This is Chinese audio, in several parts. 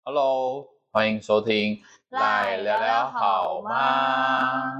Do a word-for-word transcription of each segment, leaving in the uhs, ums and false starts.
Hello， 欢迎收听来聊聊好吗？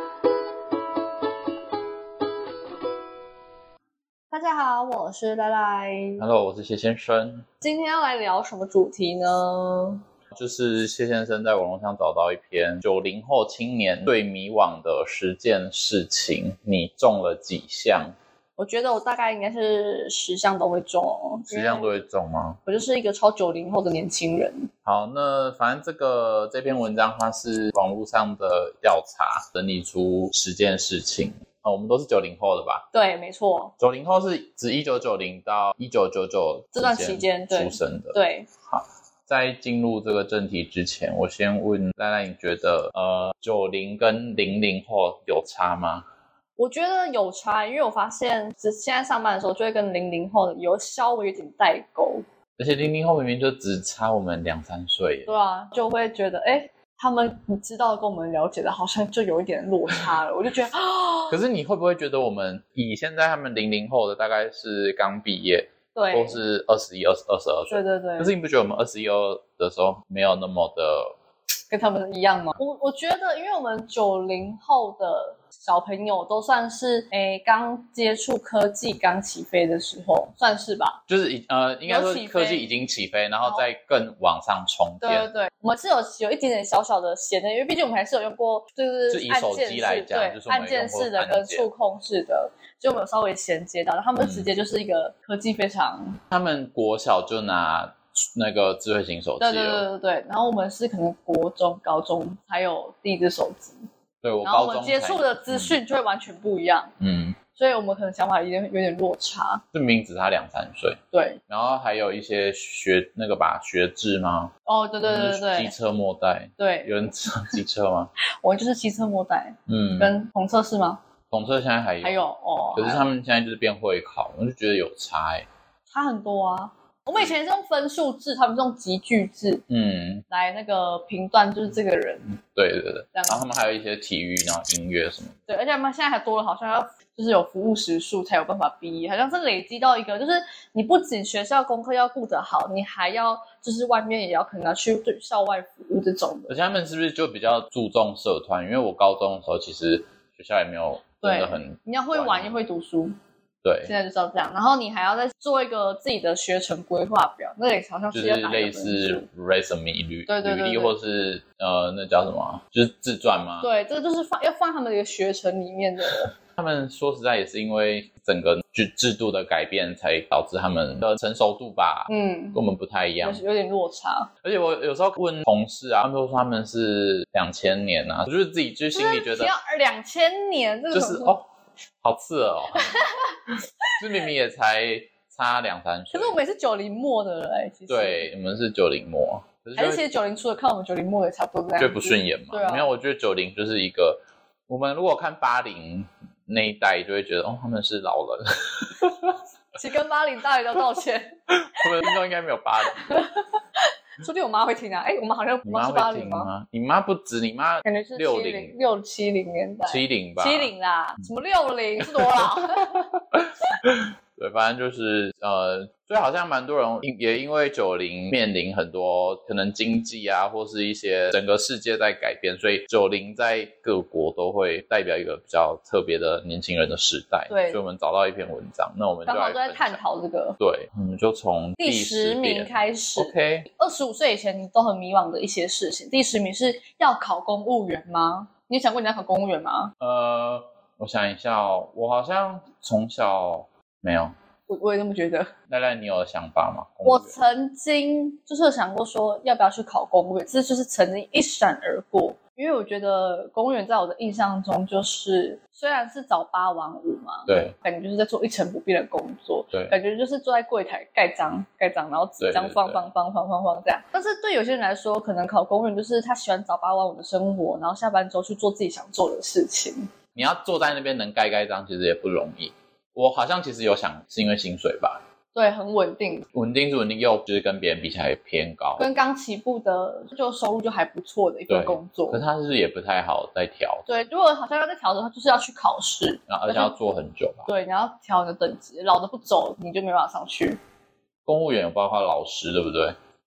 大家好，我是赖赖。 Hello， 我是谢先生。 今天要来聊什么主题呢？ 就是谢先生在网络上找到一篇九零后青年最迷惘的十件事情，你中了几项？ 我觉得我大概应该是十项都会中。 十项都会中吗？ 我就是一个超九零后的年轻人。 好，那反正这个这篇文章它是网络上的调查整理出十件事情。哦、我们都是九零后的吧？ 对，没错。 九零后是指一九九零到一九九九这段期间出生的。 对。 好，在进入这个正题之前，我先问赖赖，你觉得呃九零跟零零后有差吗？ 我觉得有差，因为我发现现在上班的时候就会跟零零后有稍微有点代沟， 而且零零后明明就只差我们两三岁耶。 对啊，就会觉得哎，他们你知道跟我们了解的好像就有一点落差了，我就觉得可是你会不会觉得我们以现在他们零零后的大概是刚毕业， 对， 都是二十一、二十、二十二岁， 对对对。 可是你不觉得我们二十一、二的时候没有那么的跟他们一样吗？我我觉得，因为我们九零后的小朋友都算是诶刚接触科技刚起飞的时候，算是吧？ 就是呃，应该说科技已经起飞，然后再更往上冲对对对，我们是有有一点点小小的闲的，因为毕竟我们还是有用过，就是就以手机来讲， 对， 就是按键式的跟触控式的，就我们有稍微衔接到，他们直接就是一个科技非常， 嗯、他们国小就拿那个智慧型手机了， 对对对对对，然后我们是可能国中、高中才有第一只手机， 对，我然后我们接触的资讯就会完全不一样，嗯，所以我们可能想法有点有点落差。 这明明只差两三岁， 对， 然后还有一些学那个吧，学制吗？ 哦，对对对对， 机车末代， 对， 有人知道机车吗？ 我就是机车末代，嗯，跟统测是吗？ 统测现在还有， 还有哦， 可是他们现在就是变会考，我就觉得有差哎， 差很多啊。我们以前是用分数制，他们是用集句制， 嗯， 来那个评断就是这个人。 对对对，然后他们还有一些体育，然后音乐什么的。 对，而且他们现在还多了，好像要就是有服务时数才有办法毕业，好像是累积到一个，就是你不仅学校功课要顾得好，你还要就是外面也要可能要去对校外服务这种的。 而且他们是不是就比较注重社团？因为我高中的时候其实学校也没有真的很， 你要会玩也会读书。 对， 现在就是要这样，然后你还要再做一个自己的学程规划表，那也好像是就是类似 resume 履对对对履历，或是呃那叫什么，就是自传吗？ 对，这个就是放要放他们的一个学程里面的。 他们说实在也是因为整个制度的改变，才导致他们的成熟度吧，嗯，跟我们不太一样， 有点落差。 而且我有时候问同事啊，他们都说他们是两千年啊，我就是自己就心里觉得， 要两千年，这个就是哦。好刺耳哦，这明明也才差两三岁， 可是我们也是九零末的人哎，其实对，我们是九零末， 还是其实九零出的看我们九零末也差不多这样， 就不顺眼嘛。 对啊， 没有，我觉得九零就是一个，我们如果看八零那一代，就会觉得哦，他们是老人。 请跟八零大爷都道歉， 我们听众应该没有八零。 说不定我妈会听啊，哎，我们好像你妈是八零吗？你妈不止，你妈感觉是六零六七零年代， 七零吧， 七零啦，什么六零是多老？ 对，反正就是呃，所以好像蛮多人也因为九零面临很多可能经济啊，或是一些整个世界在改变，所以九零在各国都会代表一个比较特别的年轻人的时代。 对， 所以我们找到一篇文章，那我们就刚好都在探讨这个。 对，我们就从第十名开始。 OK， 二十五岁以前你都很迷惘的一些事情。第十名是要考公务员吗？你有想过你要考公务员吗？ 呃，我想一下哦，我好像从小。没有， 我我也这么觉得。 赖赖，你有想法吗？ 我曾经就是想过说要不要去考公务员，这就是曾经一闪而过。因为我觉得公务员在我的印象中就是虽然是早八晚五嘛， 对， 感觉就是在做一成不变的工作， 对， 感觉就是坐在柜台盖章盖章，然后纸张放放放放放放这样。但是对有些人来说，可能考公务员就是他喜欢早八晚五的生活，然后下班之后去做自己想做的事情。 你要坐在那边能盖盖章，其实也不容易。我好像其实有想是因为薪水吧， 对，很稳定， 稳定是稳定，又就是跟别人比起来偏高， 跟刚起步的就收入就还不错的一份工作。 可是他是不是也不太好再调？ 对，如果好像要再调的话，就是要去考试， 然后而且要做很久吧。 对，你要调你的等级，老的不走你就没办法上去。 公务员有包括老师，对不对？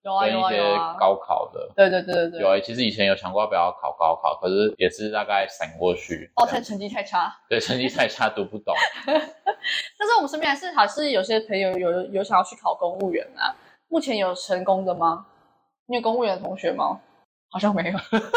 有啊有啊跟一些有啊， 高考的， 对对对对对， 有啊，其实以前有想过要不要考高考，可是也是大概闪过去。 抱歉，成绩太差。 对，成绩太差，读不懂。 但是我们身边还是还是有些朋友有有想要去考公务员啊，目前有成功的吗？你有公务员的同学吗？好像没有。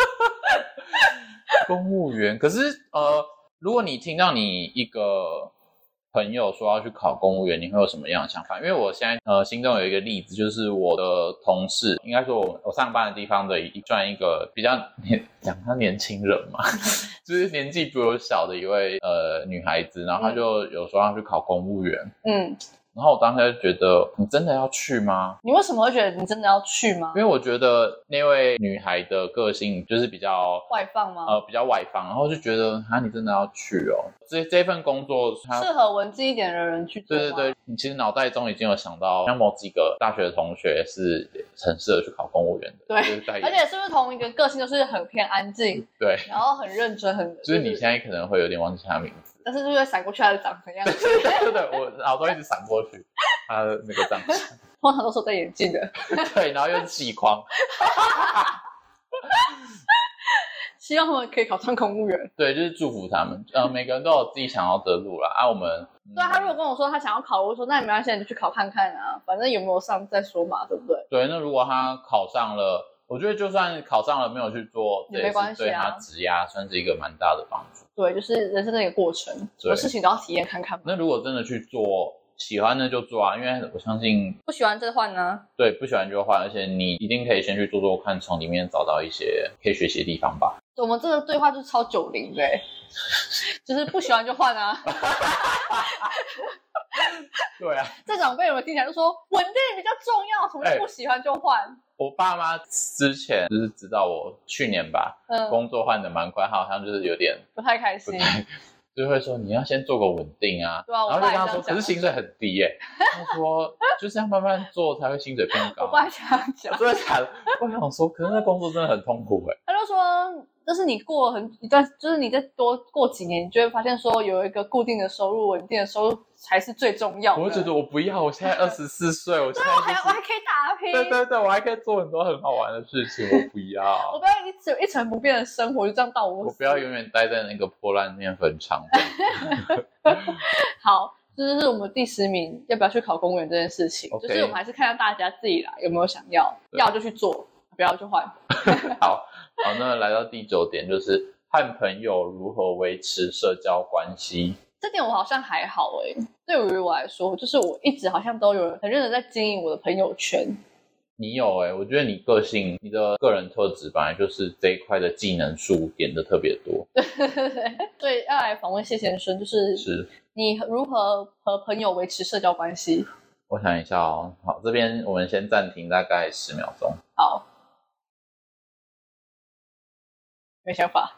公务员，可是呃，如果你听到你一个朋友说要去考公务员，你会有什么样的想法？因为我现在呃心中有一个例子，就是我的同事，应该说我我上班的地方的一算一个比较年讲他年轻人嘛，就是年纪比我小的一位呃女孩子，然后她就有说要去考公务员， 嗯， 然后我当时就觉得你真的要去吗？ 你为什么会觉得你真的要去吗？ 因为我觉得那位女孩的个性就是比较外放吗？ 呃比较外放，然后就觉得啊你真的要去哦，这这份工作它适合文静一点的人去做吗？ 对对对，你其实脑袋中已经有想到，像某几个大学的同学是很适合去考公务员的， 对， 就是在而且是不是同一个个性，就是很偏安静， 对， 然后很认真，很就是你现在可能会有点忘记他的名字， 但是就会闪过去他的长什么样子， 对对对，我脑中一直闪过去他的那个长相， 通常都是有戴眼镜的。 对，然后又是细框， 希望他们可以考上公务员。 对，就是祝福他们，呃，每个人都有自己想要的路啦。啊，我们、嗯、 对啊，他如果跟我说他想要考，我就说那你没关系，你就去考看看啊，反正有没有上再说嘛，对不对？ 对，那如果他考上了，我觉得就算考上了没有去做， 也没关系啊， 对他职涯算是一个蛮大的帮助。 对，就是人生的一个过程，什么事情都要体验看看嘛。 那如果真的去做，喜欢的就做啊，因为我相信不喜欢就换呢。 对，不喜欢就换，而且你一定可以先去做做看，从里面找到一些可以学习的地方吧。 我们这个对话就是超九零的，就是不喜欢就换啊。 对啊， 这长辈有没有听起来就说稳定比较重要，什么叫不喜欢就换？欸、 我爸妈之前就是知道我去年吧，嗯，工作换的蛮快，好像就是有点不太开心。 就会说你要先做个稳定啊， 对啊， 然后就跟他说，可是薪水很低耶、欸。他说就是要慢慢做才会薪水变高。 我爸这样讲， 真的假的？我想说，可是那工作真的很痛苦哎、 欸。他就说，就是你过很一段，就是你再多过几年，你就会发现说有一个固定的收入、稳定的收入才是最重要的。 我觉得我不要，我现在二十四岁，我现在、就是、 我还我还可以打拼。 对对对，我还可以做很多很好玩的事情，我不要。 我不要一直一成不变的生活，就这样到我死。 我不要永远待在那个破烂面粉厂。 好，这就是我们第十名，要不要去考公务员这件事情。Okay. 就是我们还是看到大家自己来有没有想要，要就去做，不要就换。 好，好，那来到第九点，就是和朋友如何维持社交关系。 这点我好像还好诶、欸，对于我来说，就是我一直好像都有很认真在经营我的朋友圈。 你有诶、欸，我觉得你个性、你的个人特质本来就是这一块的技能数点的特别多。 对对对，所以要来访问谢先生，就是是你如何和朋友维持社交关系？ 我想一下哦，好，这边我们先暂停大概十秒钟。 好，没想法。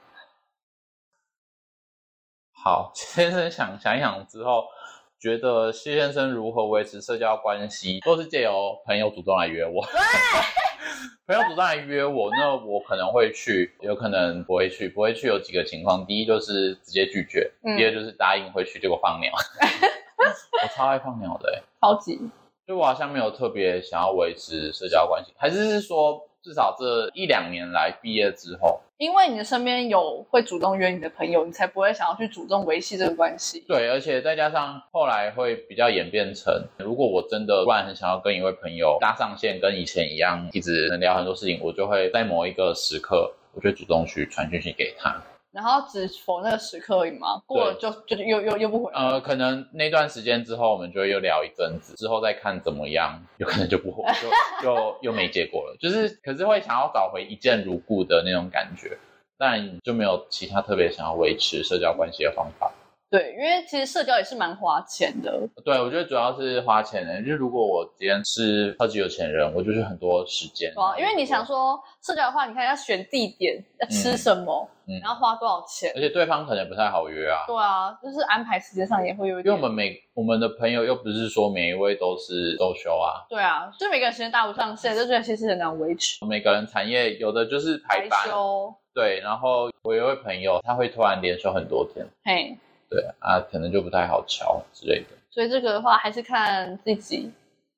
好，谢先生想想一想之后，觉得谢先生如何维持社交关系，都是借由朋友主动来约我。朋友主动来约我，那我可能会去，有可能不会去。不会去有几个情况，第一就是直接拒绝，嗯、第二就是答应会去，结果放鸟。我超爱放鸟的、欸， 超级。 所以我好像没有特别想要维持社交关系，还是是说至少这一两年来毕业之后。 因为你的身边有会主动约你的朋友，你才不会想要去主动维系这个关系。 对，而且再加上后来会比较演变成，如果我真的突然很想要跟一位朋友搭上线，跟以前一样一直能聊很多事情，我就会在某一个时刻，我就会主动去传讯息给他。 然后只否那个时刻而已吗？过了就就又又又不回来。 呃，可能那段时间之后，我们就会又聊一阵子，之后再看怎么样，有可能就不回，就就又没结果了。就是，可是会想要找回一见如故的那种感觉，但就没有其他特别想要维持社交关系的方法。 对，因为其实社交也是蛮花钱的。 对，我觉得主要是花钱的。就是如果我今天是超级有钱人，我就是很多时间。 对啊，因为你想说社交的话，你看要选地点，要吃什么，嗯嗯、然后花多少钱， 而且对方可能不太好约啊。 对啊，就是安排时间上也会有一点。 因为我们每我们的朋友又不是说每一位都是周休啊。 对啊，就每个人时间搭不上线，就觉得其实很难维持。 每个人产业有的就是排班， 休对，然后我有一位朋友，他会突然连休很多天。 嘿。 对啊，可能就不太好敲之类的。 所以这个的话还是看自己。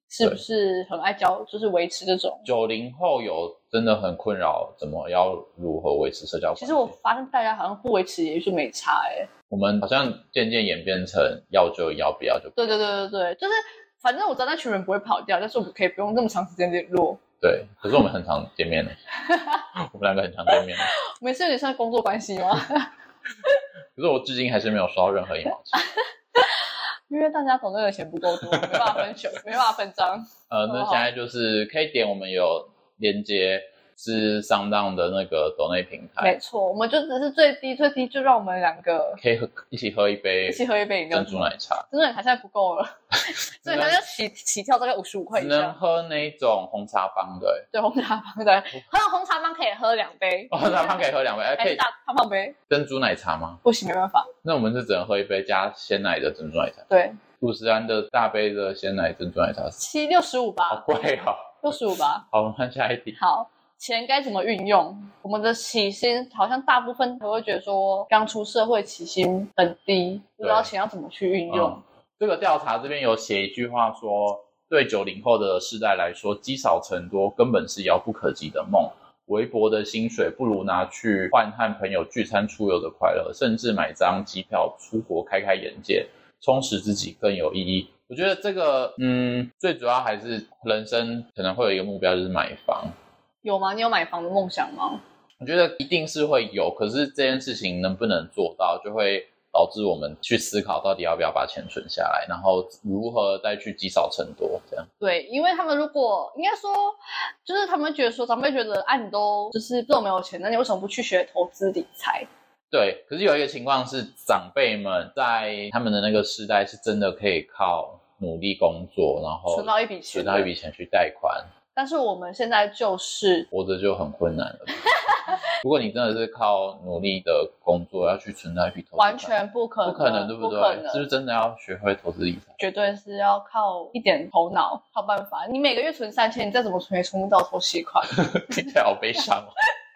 是不是很爱交，就是维持这种？ 九零后有真的很困扰，怎么要如何维持社交关系？ 其实我发现大家好像不维持也就没差哎、欸。 我们好像渐渐演变成要就要，不要就不要。 对对对对对，就是反正我知道那群人不会跑掉，但是我们可以不用那么长时间联络。 对，可是我们很常见面了，我们两个很常见面了。 我们是有点像工作关系吗？ 可是我至今还是没有收到任何一毛钱。 因为大家总那个钱不够多，没办法分球，没办法分赃。 呃，那现在就是可以点我们有连接是SoundOn的那个抖内平台。 没错，我们就只是最低最低，就让我们两个可以喝一起喝一杯， 一起喝一杯饮料珍珠奶茶。 珍珠奶茶现在不够了，珍珠奶茶要起起跳大概五十五块以上。 只能喝那种红茶帮的、欸， 对红茶帮的，喝红茶帮可以喝两杯， 红茶帮可以喝两杯，哎，可以大胖胖杯。 珍珠奶茶吗？ 不行，没办法。 那我们是只能喝一杯加鲜奶的珍珠奶茶。 对， 五十安的大杯的鲜奶珍珠奶茶七六十五吧， 好贵哦， 六十五吧。 好，我们看下一题。 好，钱该怎么运用？我们的起薪好像大部分都会觉得说，刚出社会起薪很低，不知道钱要怎么去运用。 嗯、这个调查这边有写一句话说，对九零后的世代来说，积少成多根本是遥不可及的梦。微薄的薪水不如拿去换和朋友聚餐出游的快乐，甚至买张机票出国开开眼界，充实自己更有意义。我觉得这个，嗯，最主要还是人生可能会有一个目标，就是买房。 有吗？你有买房的梦想吗？ 我觉得一定是会有，可是这件事情能不能做到，就会导致我们去思考到底要不要把钱存下来，然后如何再去积少成多这样。 对，因为他们如果应该说，就是他们觉得说，长辈觉得，啊，你都就是这种没有钱，那你为什么不去学投资理财？ 对，可是有一个情况是，长辈们在他们的那个时代是真的可以靠努力工作，然后存到一笔钱， 存到一笔钱去贷款。 但是我们现在就是活着就很困难了。如果你真的是靠努力的工作要去存到一笔投资， 完全不可能， 不可能，对不对？不是不是真的要学会投资理财？ 绝对是要靠一点头脑，靠办法。你每个月存三千，你再怎么存也存不到头期款。 听起来好悲伤哦。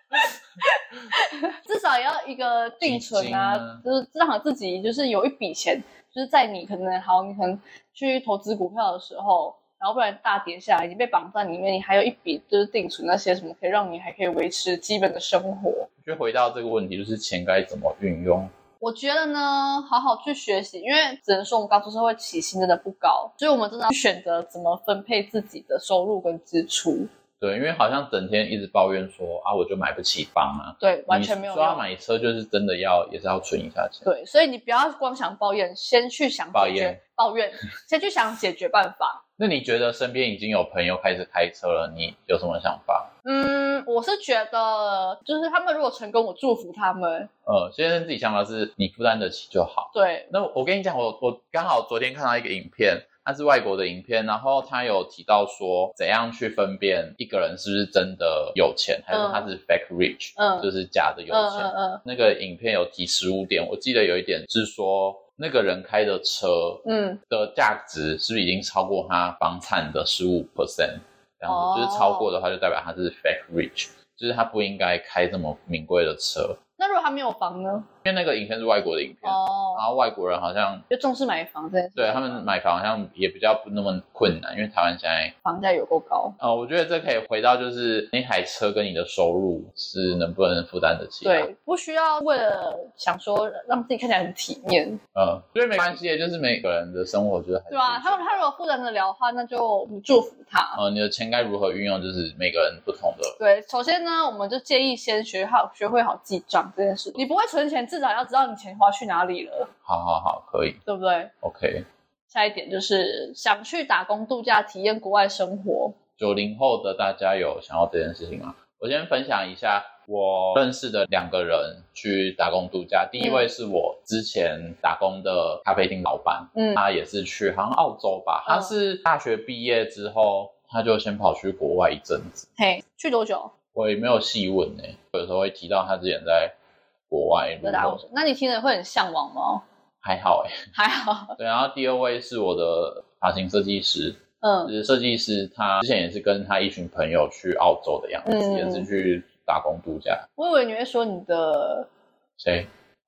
至少也要一个定存啊，啊就是至少自己就是有一笔钱，就是在你可能好，你可能去投资股票的时候。然后不然大跌下来，你被绑在里面，你还有一笔就是定存那些什么，可以让你还可以维持基本的生活。 就回到这个问题，就是钱该怎么运用？ 我觉得呢，好好去学习，因为只能说我们刚出社会起薪真的不高，所以我们真的要去选择怎么分配自己的收入跟支出。 对，因为好像整天一直抱怨说啊，我就买不起房啊。 对，完全没有用。 说要买车，就是真的要也是要存一下钱。 对，所以你不要光想抱怨，先去想解决抱怨，先去想解决办法。 那你觉得身边已经有朋友开始开车了，你有什么想法？ 嗯，我是觉得，就是他们如果成功，我祝福他们。 呃，先生自己想法是你负担得起就好。 对。 那我跟你讲，我我刚好昨天看到一个影片，它是外国的影片，然后他有提到说怎样去分辨一个人是不是真的有钱，还是他是 fake rich， 嗯， 就是假的有钱。 嗯嗯嗯。 那个影片有提十五点，我记得有一点是说。那个人开的车，嗯，的价值是不是已经超过他房产的 百分之十五？ 这样子，哦，就是超过的话，就代表他是 fake rich， 就是他不应该开这么名贵的车。 那如果他没有房呢？ 因为那个影片是外国的影片，哦，然后外国人好像就重视买房这件事， 对他们买房好像也比较不那么困难，因为台湾现在房价有够高。 呃，我觉得这可以回到就是那台车跟你的收入是能不能负担得起，啊？ 对，不需要为了想说让自己看起来很体面。 嗯，所以没关系，就是每个人的生活就是还是对啊，他他如果负担得了的话，那就祝福他。 呃，你的钱该如何运用，就是每个人不同的。 对，首先呢，我们就建议先学好学会好记账这件事。你不会存钱，至少要知道你钱花去哪里了。 好好好，可以， 对不对 ？OK。 下一点就是想去打工度假，体验国外生活。 九零后的大家有想要这件事情吗？我先分享一下我认识的两个人去打工度假。第一位是我之前打工的咖啡厅老板，嗯，他也是去好像澳洲吧，他是大学毕业之后，他就先跑去国外一阵子。 嘿，去多久？ 我也没有细问诶、欸，有时候会提到他之前在国外。 那你听着会很向往吗？ 还好诶、欸， 还好。 对，然后第二位是我的发型设计师。嗯，就是设计师，他之前也是跟他一群朋友去澳洲的样子，嗯、也是去打工度假。 我以为你会说你的谁？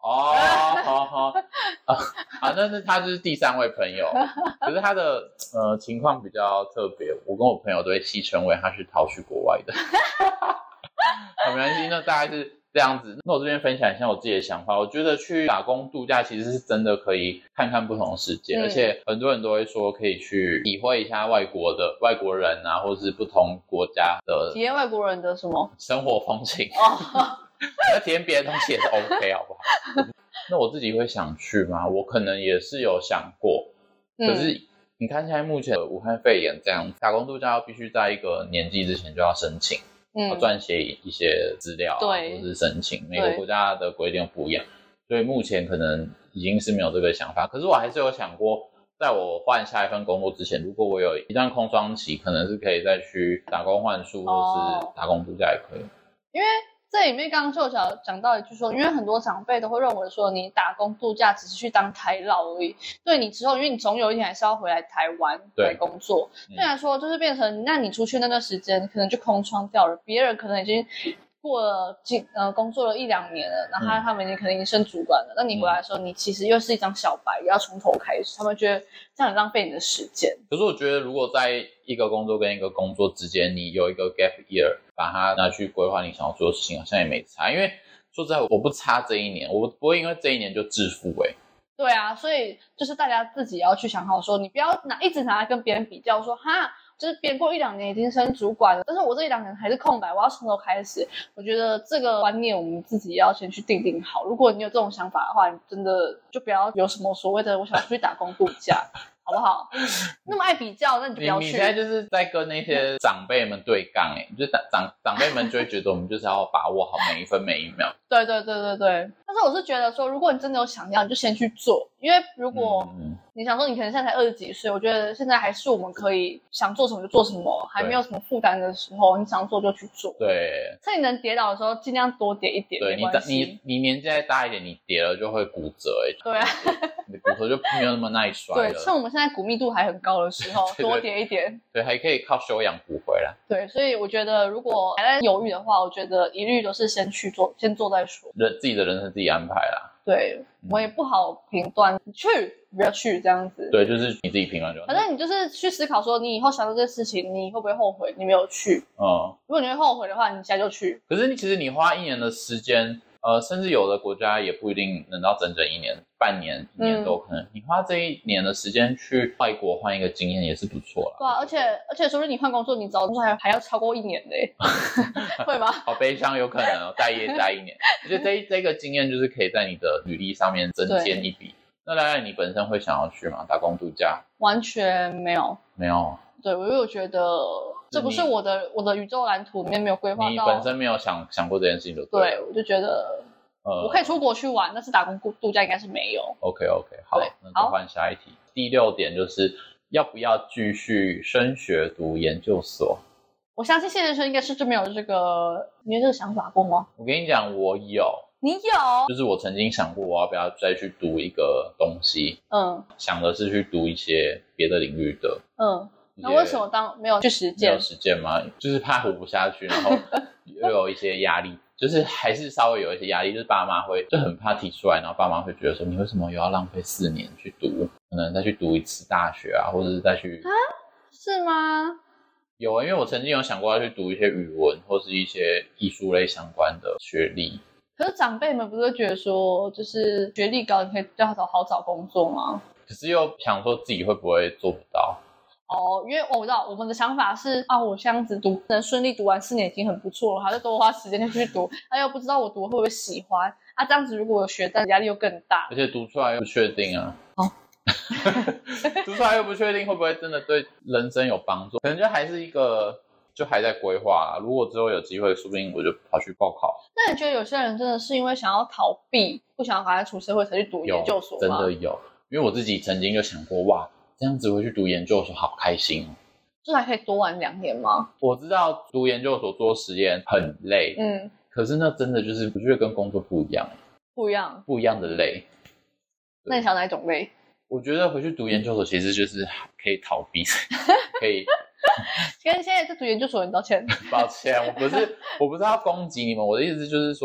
哦，好好啊，啊，那是他就是第三位朋友，可是他的呃情况比较特别，我跟我朋友都会戏称为他是逃去国外的。好，没关系，那大概是这样子。那我这边分享一下我自己的想法，我觉得去打工度假其实是真的可以看看不同的世界，嗯、而且很多人都会说可以去体会一下外国的外国人啊，或是不同国家的体验外国人的什么生活风情。哦要体验别的东西也是 OK 好不好？那我自己会想去吗？我可能也是有想过，可是你看现在目前武汉肺炎这样，打工度假要必须在一个年纪之前就要申请，嗯，要撰写一些资料、啊，对，或是申请，每个国家的规定不一样，所以目前可能已经是没有这个想法。可是我还是有想过，在我换下一份工作之前，如果我有一段空窗期，可能是可以再去打工换宿，或是打工度假也可以， 因为。这里面刚刚就讲讲到一句说，因为很多长辈都会认为说，你打工度假只是去当台劳而已，对你之后，因为你总有一天还是要回来台湾来工作，对来说就是变成，那你出去那段时间可能就空窗掉了，别人可能已经过了呃工作了一两年了，然后他他们已经可能已经升主管了，那你回来的时候，你其实又是一张小白，要从头开始，他们觉得这样很浪费你的时间。 可是我觉得，如果在一个工作跟一个工作之间，你有一个 gap year， 把它拿去规划你想要做的事情，好像也没差。因为说实在，我不差这一年，我不会因为这一年就致富哎、欸。 对啊，所以就是大家自己要去想好说，你不要拿一直拿来跟别人比较说，哈，就是别人过一两年已经升主管了，但是我这一两年还是空白，我要从头开始。我觉得这个观念我们自己要先去定定好。如果你有这种想法的话，你真的就不要有什么所谓的我想出去打工度假。好不好？那么爱比较，那你就不要去。 你, 你现在就是在跟那些长辈们对杠哎、欸，就长长辈们就会觉得我们就是要把握好每一分每一秒。 对对对对对。但是我是觉得说，如果你真的有想要，你就先去做，因为如果你想说你可能现在才二十几岁，我觉得现在还是我们可以想做什么就做什么，还没有什么负担的时候，你想做就去做。 对。 趁你能跌倒的时候，尽量多跌一点， 对， 没关系。 你你你年纪再大一点，你跌了就会骨折哎、欸。 对啊。 你的骨头就没有那么耐摔了。 对，趁我们现在骨密度还很高的时候， 对对多跌一点。 对，还可以靠休养补回来。 对，所以我觉得如果还在犹豫的话，我觉得一律都是先去做，先做再说。 人自己的人生自己安排啦。 对，我也不好评断，你去不要去这样子。 对，就是你自己评断就好。 反正你就是去思考说，你以后想到这个事情，你会不会后悔你没有去？嗯，如果你会后悔的话，你现在就去。 可是你其实你花一年的时间。呃，甚至有的国家也不一定能到整整一年，半年、一年都可能。嗯、你花这一年的时间去外国换一个经验也是不错啦。 对啊，而且而且说不定你换工作，你找工作还还要超过一年的耶，会吗？ 好悲伤，有可能哦，待业待一年。而且这这个经验就是可以在你的履历上面增添一笔。那当然，你本身会想要去吗？打工度假？ 完全没有， 没有。 对，我又觉得这不是我的我的宇宙蓝图里面没有规划到， 你本身没有想想过这件事情就对了。 对，我就觉得，呃，我可以出国去玩，但是打工度假应该是没有。 OK OK， 好，那就换下一题。第六点就是要不要继续升学读研究所？ 我相信谢先生应该是就没有这个，你有这个想法过吗？ 我跟你讲，我有。 你有？ 就是我曾经想过，我要不要再去读一个东西？嗯，想的是去读一些别的领域的。嗯。 那为什么当没有去实践？ 没有实践吗？就是怕活不下去，然后又有一些压力，就是还是稍微有一些压力，就是爸妈会就很怕提出来，然后爸妈会觉得说，你为什么又要浪费四年去读？可能再去读一次大学啊，或者是再去啊？是吗？ 有啊，因为我曾经有想过要去读一些语文或是一些艺术类相关的学历。 可是长辈们不是觉得说，就是学历高，你可以比较好好找工作吗？ 可是又想说自己会不会做不到。 哦，因为我知道我们的想法是啊，我这样子读能顺利读完四年已经很不错了，还要多花时间去读，他又不知道我读会不会喜欢啊，这样子如果有学单压力又更大， 而且读出来又不确定啊。哦，读出来又不确定会不会真的对人生有帮助，可能就还是一个就还在规划啦。如果之后有机会，说不定我就跑去报考。 那你觉得有些人真的是因为想要逃避，不想要赶快出社会才去读研究所吗？ 真的有，因为我自己曾经就想过，哇。这样子回去读研究所好开心哦！ 就是还可以多玩两年吗？ 我知道读研究所做实验很累，嗯，可是那真的就是我觉得跟工作不一样， 不一样， 不一样的累。 那你想哪一种累？ 我觉得回去读研究所其实就是可以逃避，可以。 跟现在在读研究所，你道歉。 抱歉，我不是我不是要攻击你们，我的意思就是说，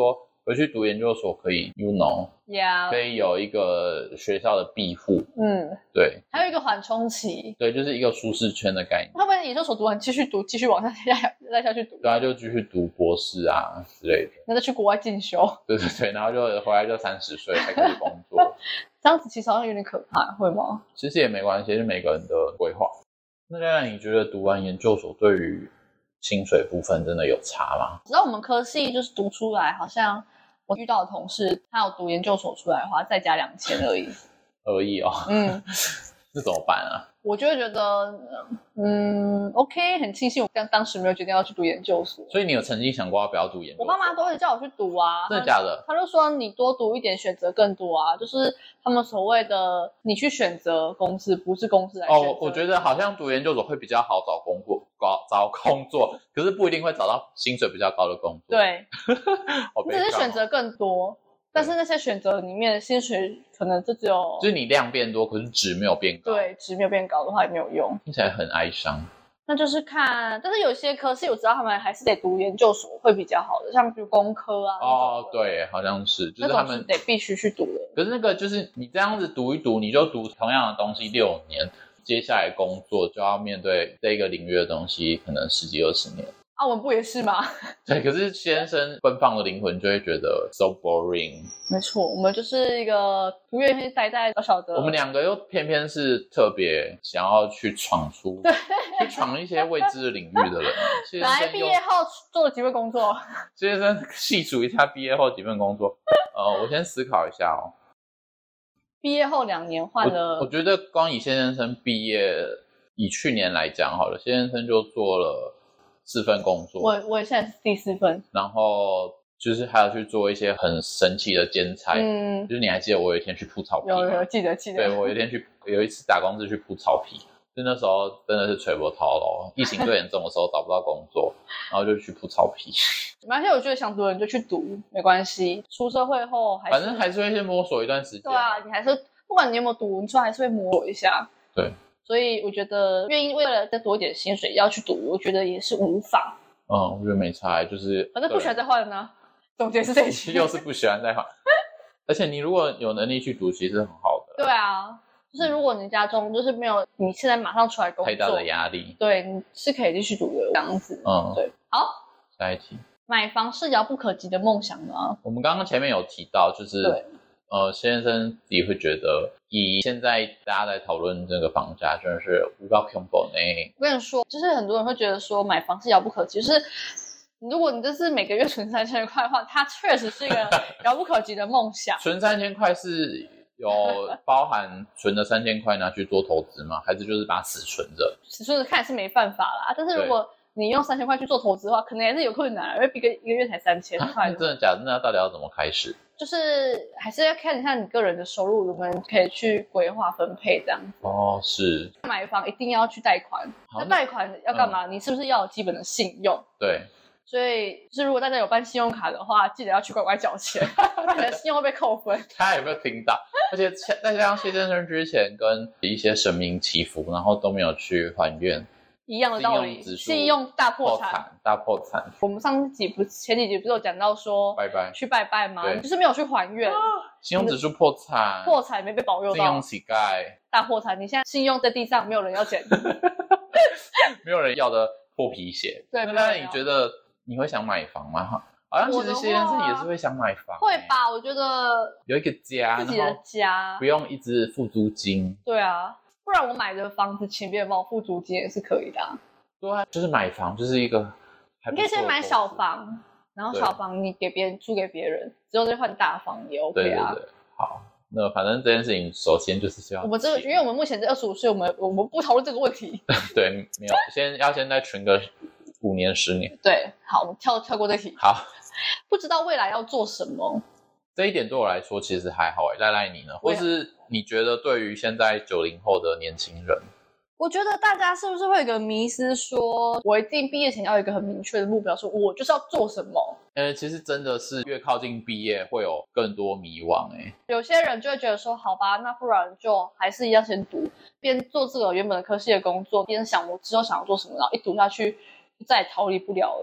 回去读研究所可以 you know Yeah， 可以有一个学校的庇护， 嗯， 对， 还有一个缓冲期， 对，就是一个舒适圈的概念。 他们研究所读完继续读，继续往下再下去读， 对啊，就继续读博士啊之类的， 那再去国外进修， 对对对，然后就回来就三十岁才开始工作， 这样子其实好像有点可怕，会吗？ 其实也没关系，是每个人的规划。那亮亮，你觉得读完研究所对于薪水部分真的有差吗？ 直到我们科系就是读出来，好像我遇到的同事，他有读研究所出来的话，再加两千而已。 而已哦， 嗯， 那怎么办啊？ 我就会觉得，嗯 ，OK， 很庆幸我当当时没有决定要去读研究所。 所以你有曾经想过要不要读研究所？ 我爸妈都会叫我去读啊， 真的假的？ 他就说你多读一点，选择更多啊，就是他们所谓的你去选择公司，不是公司来选择。 哦，我觉得好像读研究所会比较好找工作，找工作，可是不一定会找到薪水比较高的工作。 对， 好悲伤哦， 只是选择更多。但是那些选择里面的薪水可能就只有， 就是你量变多，可是值没有变高。 对，值没有变高的话也没有用， 听起来很哀伤。 那就是看，但是有些科系我知道他们还是得读研究所会比较好的，像比如工科啊。 哦，对，好像是，就是他们是得必须去读的。 可是那个就是你这样子读一读，你就读同样的东西六年，接下来工作就要面对这个领域的东西，可能十几二十年。 啊，我们不也是吗？ 对，可是先生奔放的灵魂就会觉得 so boring。 没错，我们就是一个不愿意待在小小的。 我们两个又偏偏是特别想要去闯出，去闯一些未知的领域的人。 来，毕业后做了几份工作？ 先生细数一下毕业后几份工作。呃，我先思考一下哦。 毕业后两年换了， 我，我觉得光以谢先生毕业，以去年来讲好了，谢先生就做了四份工作， 我我现在是第四份， 然后就是还要去做一些很神奇的兼差，嗯，就是你还记得我有一天去铺草皮吗？ 有有记得记得， 对，我有一天去有一次打工是去铺草皮，就那时候真的是垂波涛咯，疫情最严重的时候找不到工作，然后就去铺草皮。 没关系，我觉得想读的人就去读，没关系。出社会后还是反正还是会先摸索一段时间。 对啊，你还是不管你有没有读，你说还是会摸索一下。 对。 所以我觉得愿意为了再多一点薪水要去读，我觉得也是无妨。 嗯，我觉得没差，就是反正不喜欢再换了呢。总结是这一句， 又是不喜欢再换。而且你如果有能力去读，其实很好的。 对啊，就是如果你家中就是没有你现在马上出来工作太大的压力， 对，你是可以继续读的这样子。 嗯， 对。好， 下一题， 买房是遥不可及的梦想吗？ 我们刚刚前面有提到，就是对。 呃，谢先生自己会觉得，以现在大家在讨论这个房价，真的是无高恐怖呢。 我跟你说，就是很多人会觉得说买房是遥不可及，就是如果你就是每个月存三千块的话，它确实是一个遥不可及的梦想。 存三千块是有包含存的三千块拿去做投资吗？还是就是把它死存着？ 死存着看是没办法啦，但是如果你用三千块去做投资的话，可能还是有困难，因为一个一个月才三千块、啊。 真的假的？那到底要怎么开始？ 就是还是要看一下你个人的收入，我们可以去规划分配这样子。 哦，是。 买房一定要去贷款，那贷款要干嘛、嗯？你是不是要有基本的信用？ 对。 所以，就是如果大家有办信用卡的话，记得要去乖乖缴钱，不然你的信用会被扣分。 他有没有听到？而且再加上谢先生之前跟一些神明祈福，然后都没有去还愿。 一样的道理，信用大破产， 大破产。 我们上集不前几集不是有讲到说， 拜拜去拜拜吗？就是没有去还愿， 信用指数破产， 破产没被保佑到， 信用乞丐， 大破产。你现在信用在地上，没有人要捡， 没有人要的破皮鞋。 对， 那你觉得你会想买房吗？好像其实谢先生也是会想买房， 会吧？我觉得有一个家， 自己的家， 不用一直付租金。 对啊。不然我买的房子请别人帮我付租金也是可以的、啊。 对啊，就是买房就是一个还不错的投资， 你可以先买小房，然后小房你给别人租给别人，之后再换大房也 OK 啊。 对对对，好，那反正这件事情首先就是需要我们这个，因为我们目前是二十五岁，我们我们不讨论这个问题。 对，没有，先要先再存个五年十年。 对，好，我们跳跳过这题。 好， 不知道未来要做什么。 这一点对我来说其实还好诶，赖赖你呢？或是你觉得对于现在九零后的年轻人， 我觉得大家是不是会有一个迷思说，我一定毕业前要有一个很明确的目标，说我就是要做什么？ 呃，其实真的是越靠近毕业会有更多迷惘诶。 有些人就会觉得说，好吧，那不然就还是一样先读，边做这个原本的科系的工作，边想我之后想要做什么，然后一读下去，再也逃离不了了。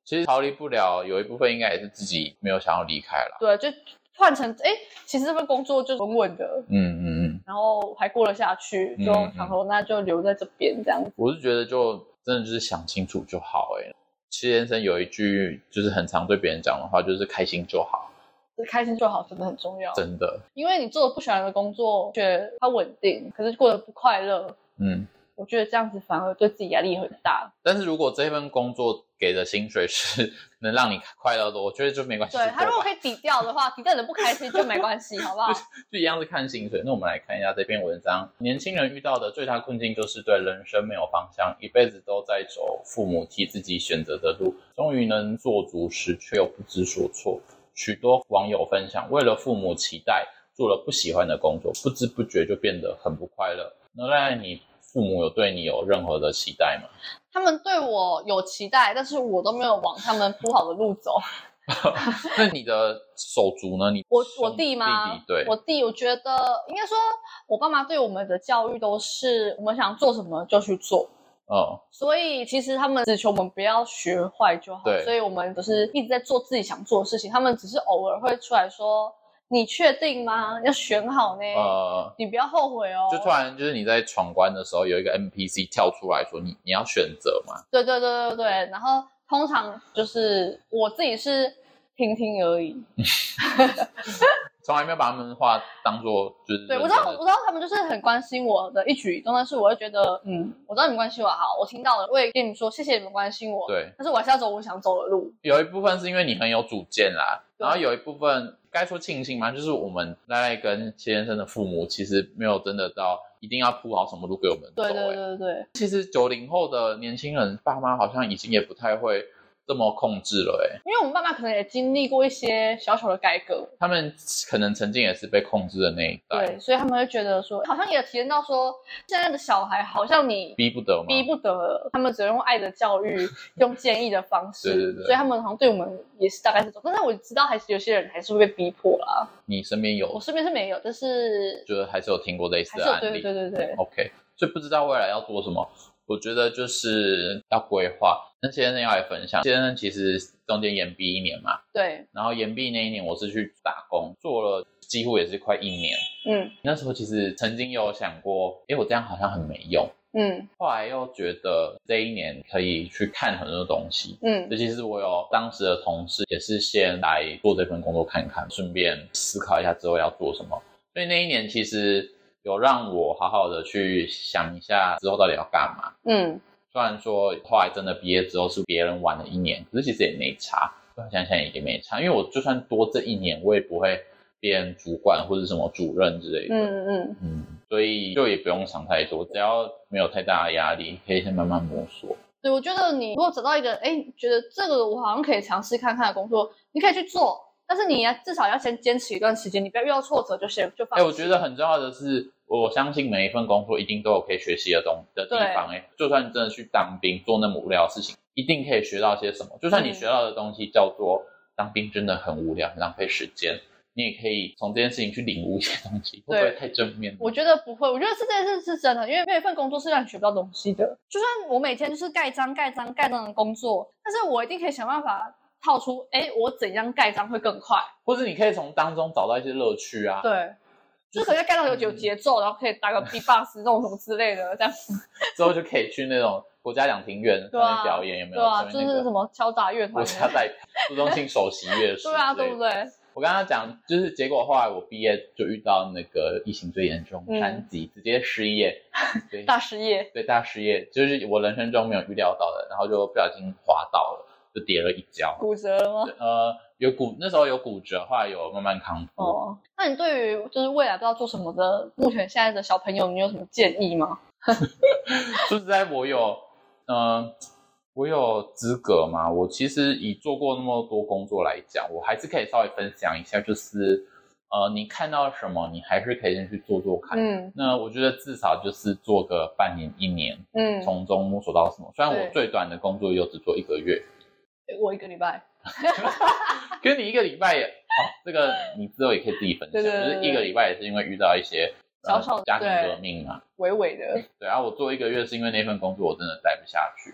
其实逃离不了，有一部分应该也是自己没有想要离开啦。 对，就换成哎，其实这份工作就稳稳的， 嗯嗯嗯， 然后还过得下去，就想说那就留在这边这样子。 我是觉得就真的就是想清楚就好。哎，戚先生有一句就是很常对别人讲的话，就是开心就好。 开心就好真的很重要， 真的， 因为你做的不喜欢的工作，觉得它稳定，可是过得不快乐，嗯，我觉得这样子反而对自己压力很大。 但是如果这份工作给的薪水是能让你快乐的，我觉得就没关系。 对，他如果可以抵掉的话，抵掉人不开心就没关系，好不好？ 就, 就一样是看薪水。那我们来看一下这篇文章，年轻人遇到的最大困境就是对人生没有方向，一辈子都在走父母替自己选择的路，终于能做主时却又不知所措。许多网友分享，为了父母期待做了不喜欢的工作，不知不觉就变得很不快乐。那赖你父母有对你有任何的期待吗？ 他们对我有期待，但是我都没有往他们铺好的路走。 那你的手足呢？你我我弟吗？ 弟弟对， 我弟，我觉得应该说，我爸妈对我们的教育都是我们想做什么就去做。 哦， 所以其实他们只求我们不要学坏就好，所以我们都是一直在做自己想做的事情。他们只是偶尔会出来说：“你确定吗？要选好呢，呃，你不要后悔哦。” 就突然就是你在闯关的时候，有一个 N P C 跳出来说你：“你你要选择嘛？” 对对对对对。然后通常就是我自己是听听而已。 从来没有把他们的话当作就是对，我知道，我知道他们就是很关心我的一举一动，但是我会觉得，嗯，我知道你们关心我好，我听到了，我也跟你们说谢谢你们关心我。 对， 但是我还是要走我想走的路。 有一部分是因为你很有主见啦，然后有一部分该说庆幸吗？就是我们赖赖跟戚先生的父母其实没有真的到一定要铺好什么路给我们走。 对对对对。 其实九零后的年轻人爸妈好像已经也不太会这么控制了。欸， 因为我们爸妈可能也经历过一些小小的改革， 他们可能曾经也是被控制的那一代， 对，所以他们会觉得说，好像也体验到说，现在的小孩好像你逼不得吗？ 逼不得，他们只能用爱的教育，用建议的方式， 对对对， 所以他们好像对我们也是大概这种，但是我知道还是有些人还是会被逼迫啦。 你身边有？ 我身边是没有，但是就是还是有听过类似的案例， 对对对对 ，OK， 所以不知道未来要做什么。我觉得就是要规划。那先生要来分享，先生其实中间延毕一年嘛， 对， 然后延毕那一年我是去打工，做了几乎也是快一年。嗯，那时候其实曾经有想过，诶，我这样好像很没用。嗯，后来又觉得这一年可以去看很多东西。嗯，尤其是我有当时的同事也是先来做这份工作看看，顺便思考一下之后要做什么。所以那一年其实有让我好好的去想一下之后到底要干嘛。嗯，虽然说后来真的毕业之后是别人晚了一年，可是其实也没差，想想也没差，因为我就算多这一年我也不会变主管或者什么主任之类的。嗯嗯嗯，所以就也不用想太多，只要没有太大的压力，可以先慢慢摸索。 对，我觉得你如果找到一个哎，觉得这个我好像可以尝试看看的工作，你可以去做，但是你至少要先坚持一段时间，你不要遇到挫折就先就放弃。 哎，我觉得很重要的是，我相信每一份工作一定都有可以学习的东的地方。哎，就算你真的去当兵做那么无聊的事情，一定可以学到些什么。就算你学到的东西叫做当兵真的很无聊，很浪费时间，你也可以从这件事情去领悟一些东西。会不会太正面？ 我觉得不会，我觉得这件事是真的，因为每一份工作是让你学不到东西的。就算我每天就是盖章盖章盖章的工作，但是我一定可以想办法套出，哎，我怎样盖章会更快， 或者你可以从当中找到一些乐趣啊。 对，就可以盖章有有节奏，然后可以打个 B-box 那种什么之类的，这样之后就可以去那种国家两厅院上面表演，有没有？ 对啊，就是什么敲打乐团、 国家代表、朱宗庆首席乐师， 对啊，对不对？ 我刚刚讲，就是结果后来我毕业就遇到那个疫情最严重，三级、嗯、直接失业，对， 大失业， 对，大失业，就是我人生中没有预料到的，然后就不小心滑倒了，就跌了一跤， 骨折了吗？ 呃，有骨，那时候有骨折，后来有慢慢康复。 哦，那你对于就是未来不知道做什么的，目前现在的小朋友，你有什么建议吗？ 说实在，我有，嗯、呃。我有资格吗？我其实以做过那么多工作来讲，我还是可以稍微分享一下，就是呃，你看到什么，你还是可以先去做做看。嗯，那我觉得至少就是做个半年、一年，嗯，从中摸索到什么。虽然我最短的工作又只做一个月， 我一个礼拜， 跟你一个礼拜也，哦，这个你之后也可以自己分享。对对对对，就是一个礼拜也是因为遇到一些小小、呃、 家庭革命嘛， 微微的。 对啊，我做一个月是因为那份工作我真的待不下去。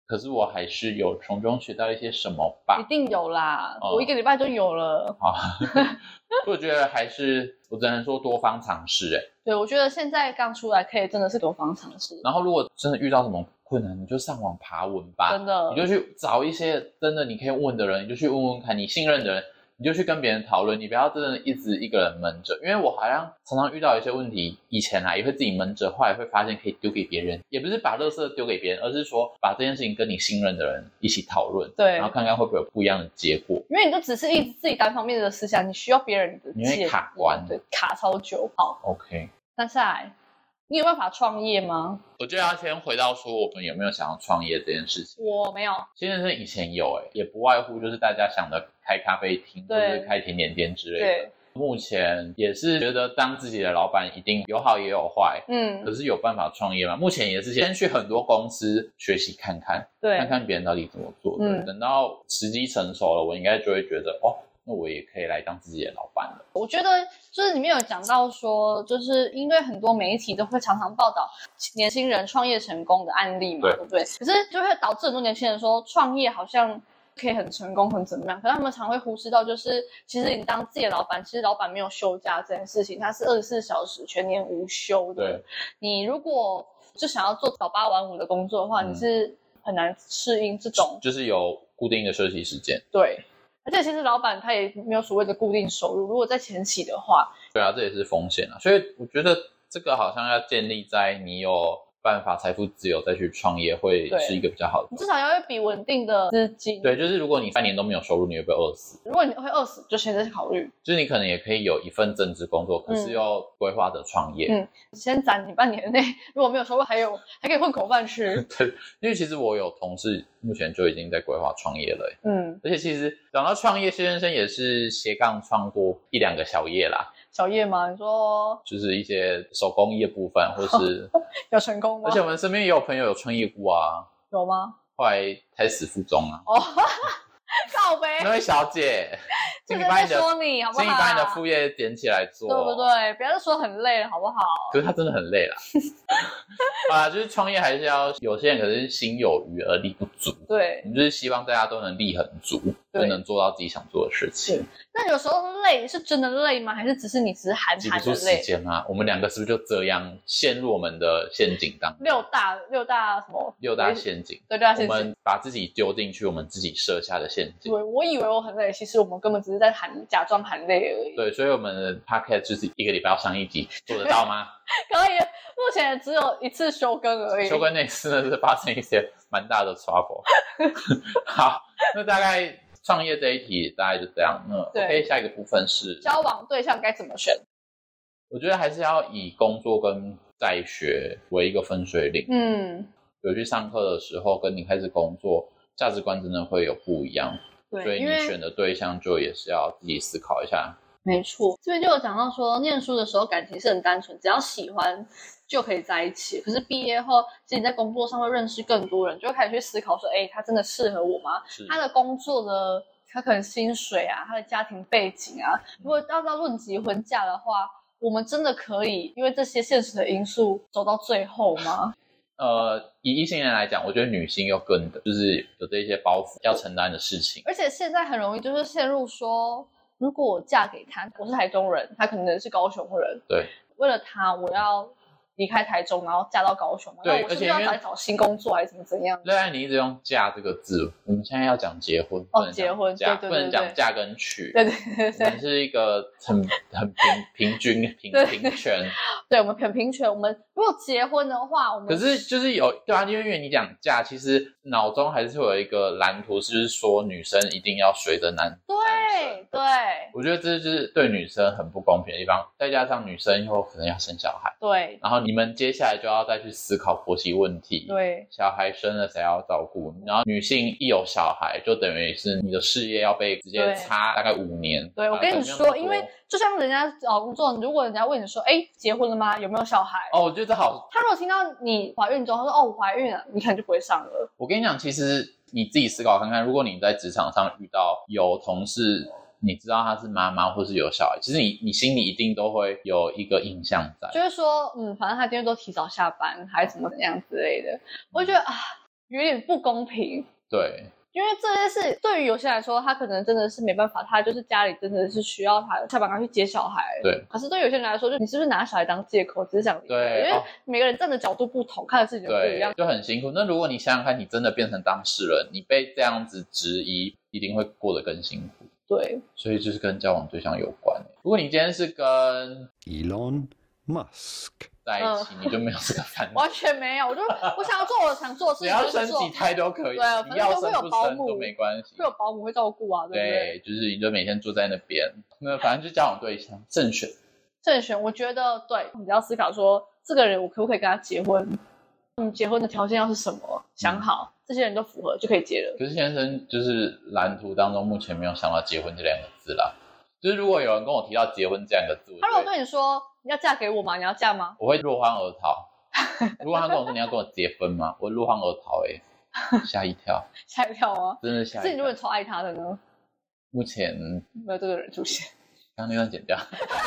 可是我还是有从中学到一些什么吧。 一定有啦， 嗯、 我一个礼拜就有了。 好，我觉得还是我只能说多方尝试。哎， 对，我觉得现在刚出来可以真的是多方尝试。 然后如果真的遇到什么困难，你就上网爬文吧， 真的， 你就去找一些真的你可以问的人，你就去问问看你信任的人，你就去跟别人讨论，你不要真的一直一个人闷着。因为我好像常常遇到一些问题，以前啊也会自己闷着，后来会发现可以丢给别人，也不是把垃圾丢给别人，而是说把这件事情跟你信任的人一起讨论， 对， 然后看看会不会有不一样的结果。 因为你就只是一直自己单方面的思想，你需要别人的你会卡关， 对，卡超久。好 ，OK。 那下来，你有办法创业吗？ 我觉得要先回到说我们有没有想要创业这件事情。 我没有， 其实是以前有诶、欸，也不外乎就是大家想的开咖啡厅或者是开甜点店之类的。 对， 目前也是觉得当自己的老板一定有好也有坏，嗯，可是有办法创业吗？目前也是先去很多公司学习看看，对，看看别人到底怎么做的。嗯、等到时机成熟了，我应该就会觉得哦。那我也可以来当自己的老板了。 我觉得就是里面有讲到说，就是因为很多媒体都会常常报道年轻人创业成功的案例嘛， 对, 对不对？可是就会导致很多年轻人说创业好像可以很成功很怎么样，可是他们常会忽视到就是其实你当自己的老板，其实老板没有休假这件事情，它是二十四小时全年无休的。对，你如果就想要做早八晚五的工作的话，嗯、你是很难适应这种， 就是有固定的休息时间。 对。而且其实老板他也没有所谓的固定收入，如果在前期的话， 对啊，这也是风险啊。所以我觉得这个好像要建立在你有办法财富自由再去创业，会是一个比较好的。 你至少要有一笔稳定的资金。 对，就是如果你半年都没有收入，你会不会饿死？ 如果你会饿死，就现在考虑。 就是你可能也可以有一份正职工作，可是又规划着创业。 嗯，先攒你半年内如果没有收入，还有还可以混口饭吃。 对，因为其实我有同事目前就已经在规划创业了。嗯，而且其实讲到创业，谢先生也是斜杠创过一两个小业啦。 小业吗？你说就是一些手工业部分，或是有成功吗？ 而且我们身边也有朋友有创业过啊。 有吗？ 后来胎死腹中啊。 哦，靠北。 那位小姐， 请你把你的说你好不好？ 请你把你的副业点起来做， 对不对？不要说很累了，好不好？ 可是他真的很累啦。啊，就是创业还是要有些人可是心有余而力不足。对，你就是希望大家都能力很足，就能做到自己想做的事情。 那有时候累是真的累吗？还是只是你只是寒寒的累？ 挤不出时间吗？我们两个是不是就这样陷入我们的陷阱当中？ 六大六大什么？ 六大陷阱。 对，六大陷阱。 我们把自己丢进去我们自己设下的陷阱。 对，我以为我很累，其实我们根本只是在喊假装喊累而已。 对，所以我们的 podcast 就是一个礼拜要上一集，做得到吗？ 可以，目前只有一次休更而已。 休更那次呢是发生一些蛮大的 trouble。好，那大概创业这一题大概就这样。那 OK， 下一个部分是交往对象该怎么选？ 我觉得还是要以工作跟在学为一个分水岭。嗯，有去上课的时候跟你开始工作，价值观真的会有不一样。对，所以你选的对象就也是要自己思考一下。 没错，这边就有讲到说，念书的时候感情是很单纯，只要喜欢就可以在一起。可是毕业后，其实你在工作上会认识更多人，就会开始去思考说，哎，他真的适合我吗？他的工作的，他可能薪水啊，他的家庭背景啊，如果要到论及婚嫁的话，我们真的可以因为这些现实的因素走到最后吗？ 呃，以异性恋来讲，我觉得女性又更的就是有这些包袱要承担的事情， 而且现在很容易就是陷入说，如果我嫁给他，我是台中人，他可能是高雄人， 对， 为了他我要离开台中，然后嫁到高雄， 对， 那我是不是要来找新工作还是怎么怎样？ 对啊，你一直用嫁这个字，我们现在要讲结婚， 哦，结婚， 嫁对对对对， 不能讲嫁跟娶， 对对对对， 我们是一个很很平平均平平权， 对，我们很平权。我们如果结婚的话，我们可是就是有对啊，因为你讲嫁，其实脑中还是会有一个蓝图，就是说女生一定要随着男对对， 我觉得这就是对女生很不公平的地方，再加上女生以后可能要生小孩， 对， 然后你们接下来就要再去思考婆媳问题， 对， 小孩生了谁要照顾，然后女性一有小孩就等于是你的事业要被直接差大概五年。 对，我跟你说，因为就像人家找工作，如果人家问你说，哎，结婚了吗？有没有小孩？ 哦，我觉得这好。 他如果听到你怀孕之后，他说哦，我怀孕了，你可能就不会上了。 我跟你讲，其实你自己思考看看，如果你在职场上遇到有同事，你知道他是妈妈或是有小孩，其实你你心里一定都会有一个印象在， 就是说，嗯，反正他今天都提早下班，还是怎么怎样之类的。我就觉得啊， 有点不公平。 对。 因为这件事对于有些人来说，他可能真的是没办法，他就是家里真的是需要他下班赶快去接小孩。 对。 可是对有些人来说，就你是不是拿小孩当借口，只是想离开？ 对， 因为每个人站的角度不同，看的事情就不一样， 就很辛苦。那如果你想想看，你真的变成当事人，你被这样子质疑，一定会过得更辛苦。 对， 所以就是跟交往对象有关。如果你今天是跟 Elon Musk 在一起，嗯、你就没有这个烦恼， 完全没有。我就我想要做我想做的事情， 你要生几胎都可以， 对， 你要生不生都没关系， 会有保姆会照顾啊，对不对？ 对，就是你就每天住在那边，那反正就交往对象慎选。 慎选，我觉得对，你要思考说，这个人我可不可以跟他结婚？嗯，结婚的条件要是什么？想好，嗯、这些人都符合就可以结了。 可是先生就是蓝图当中目前没有想到结婚这两个字啦。就是如果有人跟我提到结婚这两个字， 他如果对你说你要嫁给我吗？你要嫁吗？ 我会落荒而逃。如果他跟我说你要跟我结婚吗？我落荒而逃、欸，哎，吓一跳， 吓一跳吗？ 真的吓一跳。 是你如果超爱他的呢？ 目前没有这个人出现。 刚刚那段剪掉。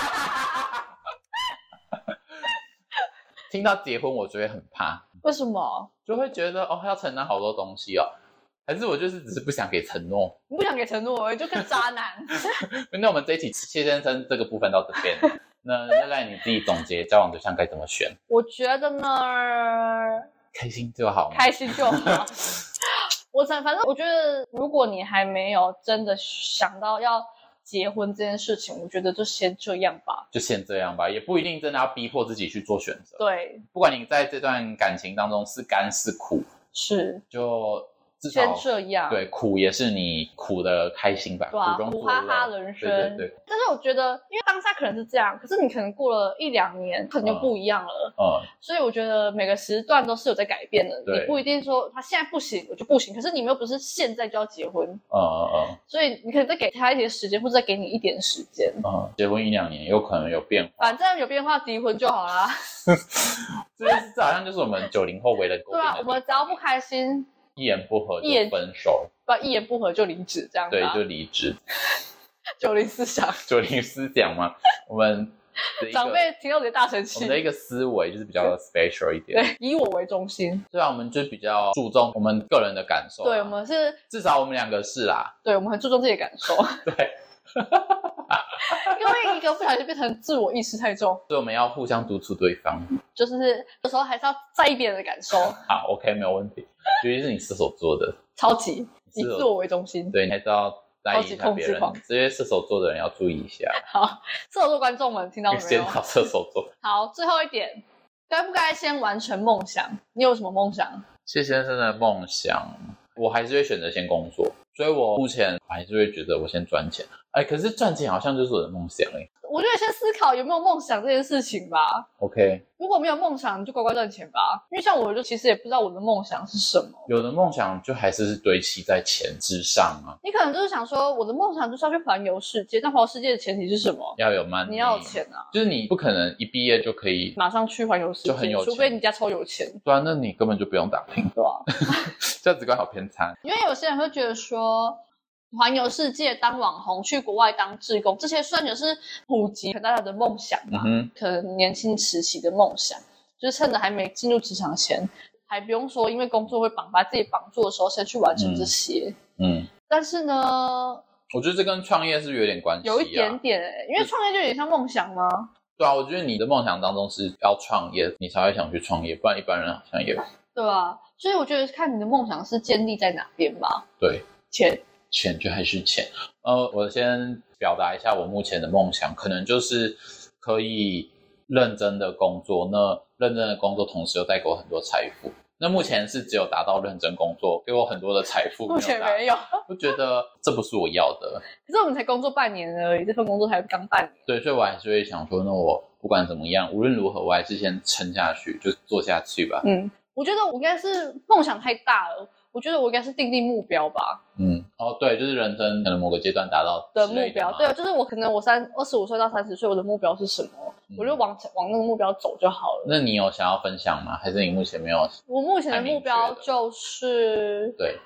听到结婚我就会很怕。 为什么？ 就会觉得哦要承担好多东西哦。还是我就是只是不想给承诺， 你不想给承诺而已，就跟渣男。 那我们这一期谢先生这个部分到这边，那那赖你自己总结交往对象该怎么选？ 我觉得呢， 开心就好， 开心就好。我反正我觉得，如果你还没有真的想到要结婚这件事情，我觉得就先这样吧， 就先这样吧，也不一定真的要逼迫自己去做选择。 对， 不管你在这段感情当中是甘是苦， 是就。 先这样， 对，苦也是你苦的开心吧， 对啊， 苦中作乐， 苦哈哈人生。 对对对。 但是我觉得，因为当下可能是这样，可是你可能过了一两年，可能就不一样了。 嗯。 所以我觉得每个时段都是有在改变的，你不一定说他现在不行，我就不行。可是你们又不是现在就要结婚，嗯嗯嗯。所以你可以再给他一些时间，或者再给你一点时间。 嗯，结婚一两年有可能有变化， 反正有变化离婚就好啦。 这这好像就是我们九零后为人诟病的。 对啊，我们只要不开心。 一言不合就分手， 不一言不合就离职，这样子、 啊、对，就离职。 九零思想， 九零思想嘛，我们长辈听到直接大生气。 我们的一个思维就是比较 special 一点， 对，以我为中心。 对啊，我们就比较注重我们个人的感受、啊。 对，我们是至少我们两个是啦。 对，我们很注重自己的感受。 对。 因为一个不小心变成自我意识太重， 所以我们要互相督促对方， 就是有时候还是要在意别人的感受。 好 ，OK， 没有问题。尤其是你射手座的， 超级以自我为中心， 对，你还是要在意一下别人。这些射手座的人要注意一下。 好，射手座观众们听到没有？ 检讨射手座。 好，最后一点，该不该先完成梦想？你有什么梦想？ 谢先生的梦想，我还是会选择先工作。所以我目前还是会觉得我先赚钱，哎，可是赚钱好像就是我的梦想哎。 我觉得先思考有没有梦想这件事情吧。 OK， 如果没有梦想，你就乖乖赚钱吧。因为像我就其实也不知道我的梦想是什么。 有的梦想就还是堆砌在钱之上啊。 你可能就是想说，我的梦想就是要去环游世界，但环游世界的前提是什么？ 要有 money， 你要有钱啊。 就是你不可能一毕业就可以马上去环游世界， 就很有钱， 除非你家超有钱。 对啊，那你根本就不用打拼， 对啊。 价值观好偏差。 因为有些人会觉得说，环游世界、当网红、去国外当志工，这些算就是普及大家的梦想吧、嗯。可能年轻时期的梦想，就是趁着还没进入职场前，还不用说因为工作会绑把自己绑住的时候，先去完成这些。嗯。嗯但是呢， 我觉得这跟创业是不是有点关系、啊？ 有一点点哎、欸，因为创业就有点像梦想吗？ 对啊，我觉得你的梦想当中是要创业，你才会想去创业，不然一般人好像也对啊。所以我觉得看你的梦想是建立在哪边吧。 对， 钱。 钱就还是钱。呃，我先表达一下我目前的梦想，可能就是可以认真的工作，那认真的工作同时又带给我很多财富。那目前是只有达到认真工作，给我很多的财富。 目前没有， 我觉得这不是我要的。 可是我们才工作半年而已，这份工作才刚半年。 对，所以我还是会想说，那我不管怎么样，无论如何，我还是先撑下去，就做下去吧。 嗯，我觉得我应该是梦想太大了。我觉得我应该是定定目标吧。 嗯，哦，对，就是人生可能某个阶段达到的目标。对，就是我可能我三二十五岁到三十岁，我的目标是什么？嗯、我就往往那个目标走就好了。 那你有想要分享吗？还是你目前没有？ 我目前的目标就是对，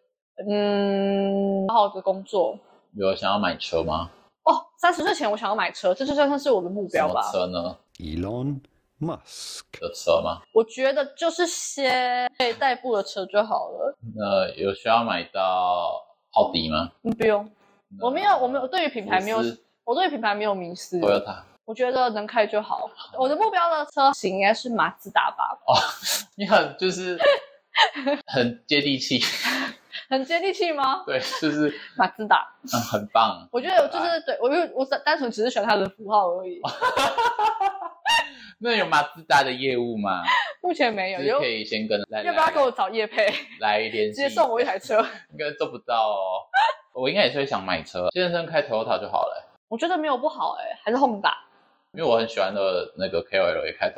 嗯，好好的工作。 有想要买车吗？ 哦，三十岁前我想要买车，这就算是我的目标吧。 什么车呢？ Elon Musk. 的车吗？ 我觉得就是些可以代步的车就好了。 那有需要买到奥迪吗？ 嗯，不用，我没有，我没有对于品牌没有，我对于品牌没有迷思。 Toyota， 我觉得能开就好。我的目标的车型应该是马自达吧。 哦，你很就是很接地气。 很接地气吗？ 对，就是马自达， 嗯，很棒。 我觉得就是对我，因为我单纯只是喜欢它的符号而已。 那有马自达的业务吗？ 目前没有，有可以先跟来要不要跟我找业配来联系， 直接送我一台车？ 应该做不到哦。我应该也是会想买车，先生开 Toyota 就好了。 我觉得没有不好哎、欸，还是 Honda。 因为我很喜欢的那个 K O L 也开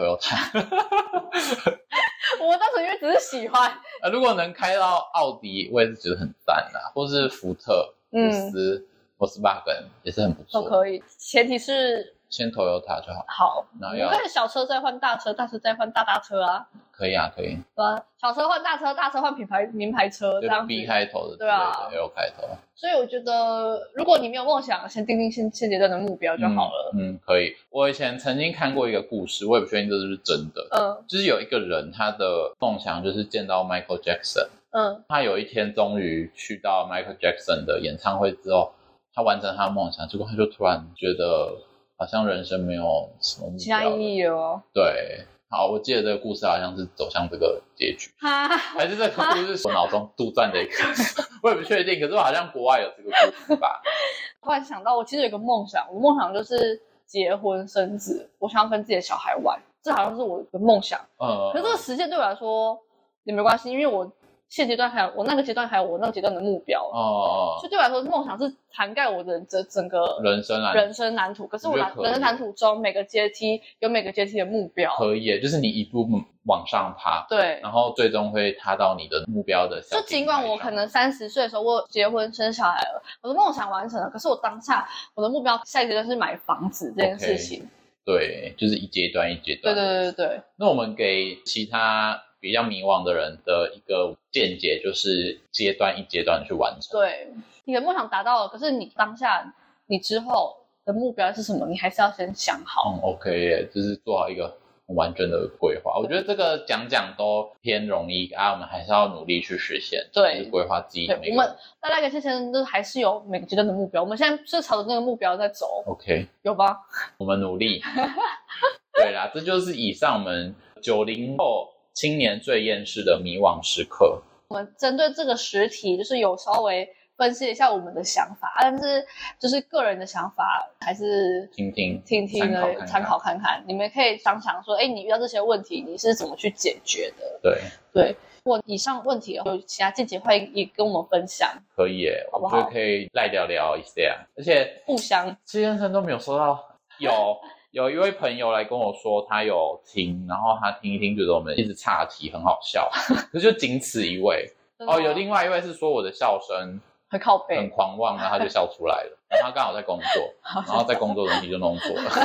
Toyota。 我当时因为只是喜欢， 呃，如果能开到奥迪，我也是觉得很赞啦，或是福特、福斯、或是 Volkswagen 也是很不错， 都可以，前提是先 Toyota 就好。 好， 然后要我可以小车再换大车，大车再换大大车啊。 可以啊，可以。 对啊，小车换大车，大车换品牌名牌车，这样子。 B 开头的， 对啊 ，L 开头。 所以我觉得，如果你没有梦想，先定定现现阶段的目标就好了。 嗯，嗯，可以。我以前曾经看过一个故事，我也不确定这是不是真的。 嗯， 就是有一个人，他的梦想就是见到 Michael Jackson。 嗯， 他有一天终于去到 Michael Jackson 的演唱会之后，他完成他的梦想，结果他就突然觉得好像人生没有什么目标了， 其他意义了哦。 对。好，我记得这个故事好像是走向这个结局，还是这个故事是我脑中杜撰的一个，我也不确定。可是我好像国外有这个故事吧。 突然想到，我其实有一个梦想，我的梦想就是结婚生子，我想要跟自己的小孩玩，这好像是我的梦想。 呃， 可是这个实现对我来说也没关系，因为我现阶段还有我那个阶段还有我那个阶段的目标。 哦， 所以对我来说，梦想是涵盖我的整整个人生蓝人生蓝图。可是我蓝人生蓝图中每个阶梯有每个阶梯的目标， 可以耶，就是你一步往上爬， 对， 然后最终会踏到你的目标的小。 就尽管我可能三十岁的时候我结婚生小孩了，我的梦想完成了，可是我当下我的目标下一阶段是买房子这件事情。 Okay, 对，就是一阶段一阶段。 对对对对对。 那我们给其他比较迷惘的人的一个见解就是阶段一阶段去完成。 对，你的梦想达到了，可是你当下你之后的目标是什么，你还是要先想好。 嗯 OK 耶，就是做好一个很完整的规划。我觉得这个讲讲都偏容易啊，我们还是要努力去实现。 对， 就是规划自己。 对，我们大家跟先生都还是有每个阶段的目标，我们现在是朝着那个目标在走。 OK， 有吧？ 我们努力。对啦，这就是以上我们九零后青年最厌世的迷惘时刻。 我们针对这个实题，就是有稍微分析一下我们的想法，但是就是个人的想法，还是听听听听的参考看看。你们可以想想说，哎，你遇到这些问题，你是怎么去解决的？ 对对。如果以上问题有其他见解，欢迎也跟我们分享。 可以耶， 好不好？ 我觉得可以赖聊聊一下，而且互相。 谢先生都没有收到有。有一位朋友来跟我说他有听，然后他听一听觉得我们一直岔题很好笑，可是就仅此一位。哦，有另外一位是说我的笑声很靠背， 很狂妄，然后他就笑出来了。然后他刚好在工作，然后在工作的东西就弄错了。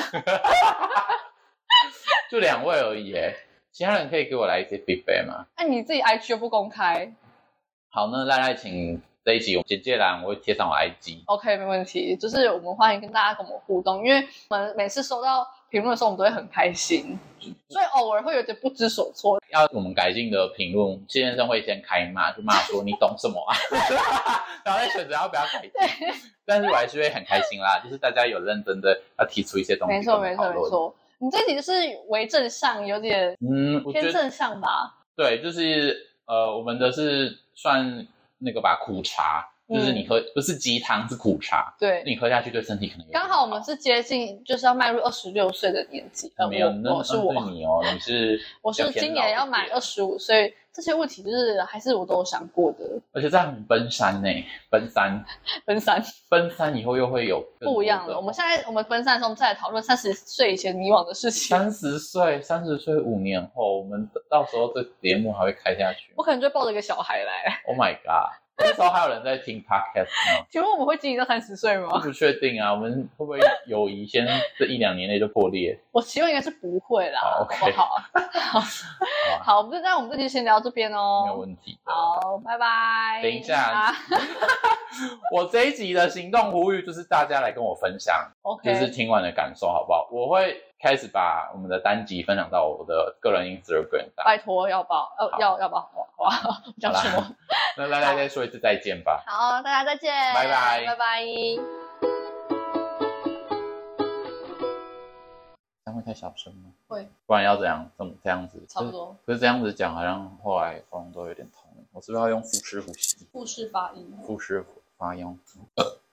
就两位而已耶，其他人可以给我来一些 feedback 吗？ 那、啊、你自己 I G 又不公开？ 好，那赖赖请这一集简介栏我会贴上我 I G。OK， 没问题，就是我们欢迎跟大家跟我们互动，因为我们每次收到评论的时候，我们都会很开心，所以偶尔会有点不知所措。 要我们改进的评论，谢先生会先开骂，就骂说你懂什么啊，然后再选择要不要改进。但是我还是会很开心啦，就是大家有认真的要提出一些东西。 没错没错没错，你这题就是为正向，有点嗯偏正向吧？ 对，就是呃，我们的是算那个吧，苦茶。就是你喝、嗯、不是鸡汤，是苦茶， 对， 你喝下去对身体可能有刚好我们是接近就是要迈入二十六岁的年纪，呃， 没有， 我我是我， 对你哦，你是我是今年要满二十五岁，这些问题就是还是我都有想过的， 而且这样很奔三呢，奔三， 奔三， 奔三以后又会有不一样的。我们现在我们奔三的时候，我们再来讨论三十岁以前迷惘的事情。 三十岁，三十岁五年后，我们到时候这节目还会开下去。 我可能就会抱着一个小孩来。 Oh my god！那时候还有人在听 podcast 吗？ 请问我们会经营到三十岁吗？ 不确定啊，我们会不会友谊先这一两年内就破裂？ 我希望应该是不会啦，好, okay. 好不好？好, 好，我们就那我们这期先聊这边哦， 没有问题。 好，拜拜。 等一下，我这一集的行动呼吁就是大家来跟我分享， okay. 就是听完的感受好不好？我会开始把我们的单集分享到我的个人 Instagram 上。 拜托要报，要要要报，哇，讲什么？ 那来来再说一次再见吧。 好，大家再见， 拜拜， 拜拜。 这样会太小声吗？ 会， 不然要怎样？这么这样子？ 差不多。 可是这样子讲，好像后来喉咙都有点痛。我是不是要用腹式呼吸？ 腹式发音。 腹式发音。